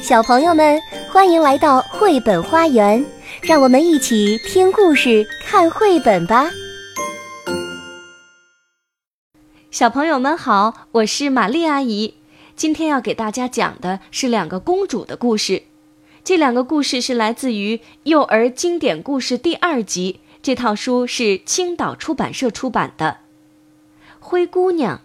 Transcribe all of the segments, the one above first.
小朋友们，欢迎来到绘本花园，让我们一起听故事、看绘本吧。 小朋友们好，我是玛丽阿姨。今天要给大家讲的是两个公主的故事。这两个故事是来自于《幼儿经典故事》第2集，这套书是青岛出版社出版的。灰姑娘。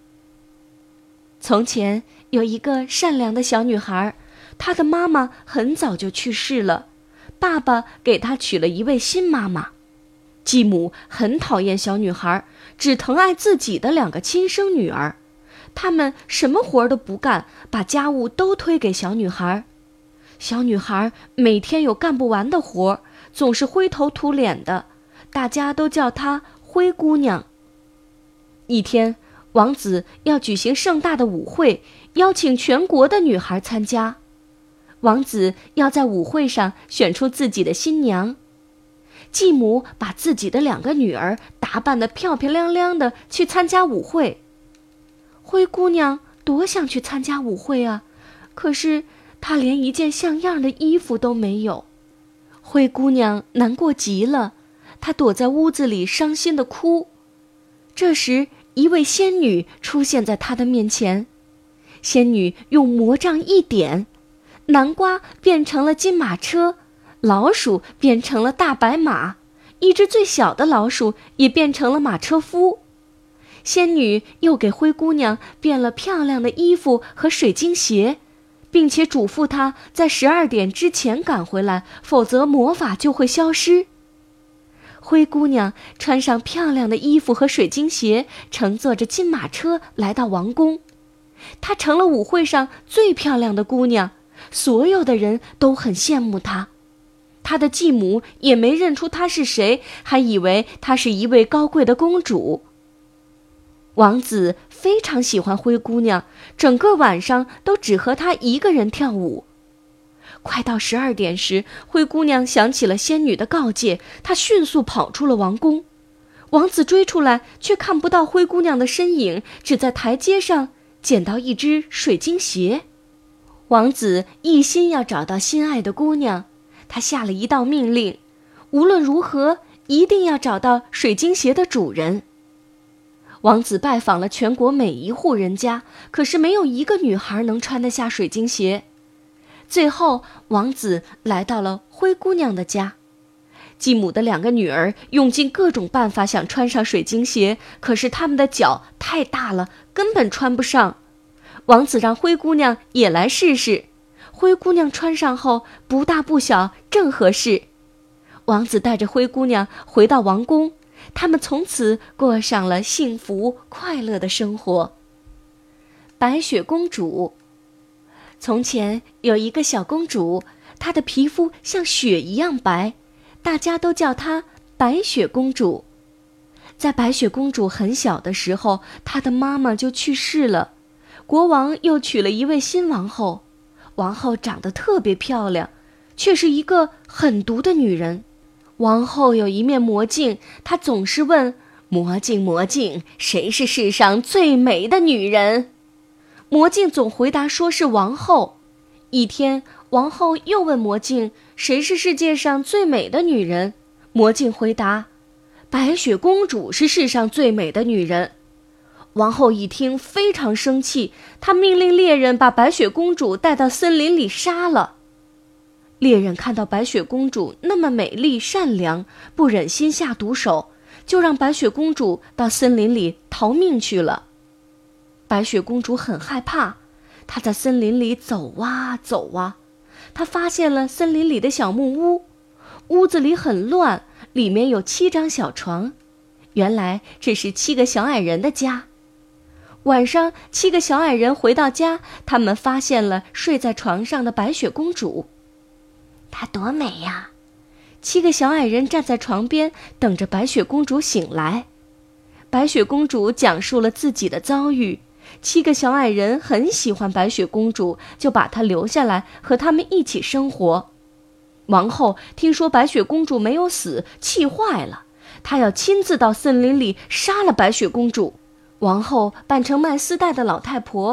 从前有一个善良的小女孩，她的妈妈很早就去世了，爸爸给她娶了一位新妈妈。继母很讨厌小女孩，只疼爱自己的2个亲生女儿，她们什么活都不干，把家务都推给小女孩。小女孩每天有干不完的活，总是灰头土脸的，大家都叫她灰姑娘。一天，王子要举行盛大的舞会，邀请全国的女孩参加。王子要在舞会上选出自己的新娘。继母把自己的2个女儿打扮得漂漂亮亮的去参加舞会。灰姑娘多想去参加舞会啊，可是她连一件像样的衣服都没有。灰姑娘难过极了，她躲在屋子里伤心地哭。这时一位仙女出现在她的面前。仙女用魔杖一点，南瓜变成了金马车，老鼠变成了大白马，一只最小的老鼠也变成了马车夫。仙女又给灰姑娘变了漂亮的衣服和水晶鞋，并且嘱咐她在12点之前赶回来，否则魔法就会消失。灰姑娘穿上漂亮的衣服和水晶鞋，乘坐着金马车来到王宫。她成了舞会上最漂亮的姑娘，所有的人都很羡慕她。她的继母也没认出她是谁，还以为她是一位高贵的公主。王子非常喜欢灰姑娘，整个晚上都只和她一个人跳舞。快到12点时，灰姑娘想起了仙女的告诫，她迅速跑出了王宫。王子追出来，却看不到灰姑娘的身影，只在台阶上捡到一只水晶鞋。王子一心要找到心爱的姑娘，他下了一道命令，无论如何一定要找到水晶鞋的主人。王子拜访了全国每一户人家，可是没有一个女孩能穿得下水晶鞋。最后，王子来到了灰姑娘的家。继母的2个女儿用尽各种办法想穿上水晶鞋，可是她们的脚太大了，根本穿不上。王子让灰姑娘也来试试，灰姑娘穿上后不大不小，正合适。王子带着灰姑娘回到王宫，他们从此过上了幸福快乐的生活。白雪公主。从前有一个小公主，她的皮肤像雪一样白，大家都叫她白雪公主。在白雪公主很小的时候，她的妈妈就去世了，国王又娶了一位新王后。王后长得特别漂亮，却是一个狠毒的女人。王后有一面魔镜，她总是问：魔镜魔镜，谁是世上最美的女人？魔镜总回答说是王后。一天，王后又问魔镜，谁是世界上最美的女人？魔镜回答：白雪公主是世上最美的女人。王后一听非常生气，她命令猎人把白雪公主带到森林里杀了。猎人看到白雪公主那么美丽善良，不忍心下毒手，就让白雪公主到森林里逃命去了。白雪公主很害怕，她在森林里走啊走啊，她发现了森林里的小木屋，屋子里很乱，里面有7张小床，原来这是7个小矮人的家。晚上7个小矮人回到家，他们发现了睡在床上的白雪公主。她多美呀！7个小矮人站在床边，等着白雪公主醒来。白雪公主讲述了自己的遭遇，7个小矮人很喜欢白雪公主，就把她留下来和他们一起生活。王后听说白雪公主没有死，气坏了，她要亲自到森林里杀了白雪公主。王后扮成卖丝带的老太婆，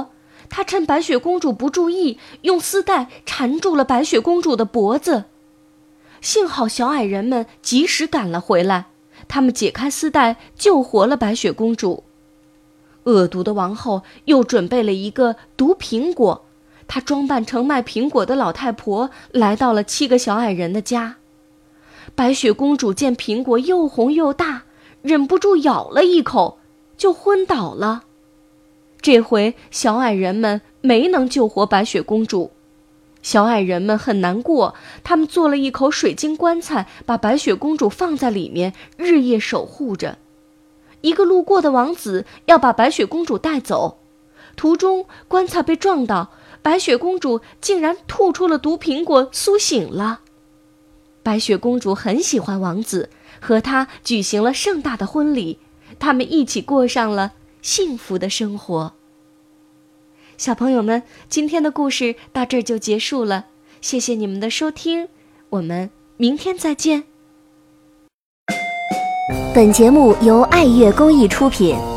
他趁白雪公主不注意，用丝带缠住了白雪公主的脖子。幸好小矮人们及时赶了回来，他们解开丝带，救活了白雪公主。恶毒的王后又准备了一个毒苹果，她装扮成卖苹果的老太婆，来到了7个小矮人的家。白雪公主见苹果又红又大，忍不住咬了一口，就昏倒了。这回小矮人们没能救活白雪公主，小矮人们很难过，他们做了一口水晶棺材，把白雪公主放在里面，日夜守护着。一个路过的王子要把白雪公主带走，途中棺材被撞倒，白雪公主竟然吐出了毒苹果，苏醒了。白雪公主很喜欢王子，和他举行了盛大的婚礼，他们一起过上了幸福的生活。小朋友们，今天的故事到这儿就结束了，谢谢你们的收听，我们明天再见。 本节目由爱乐公益出品，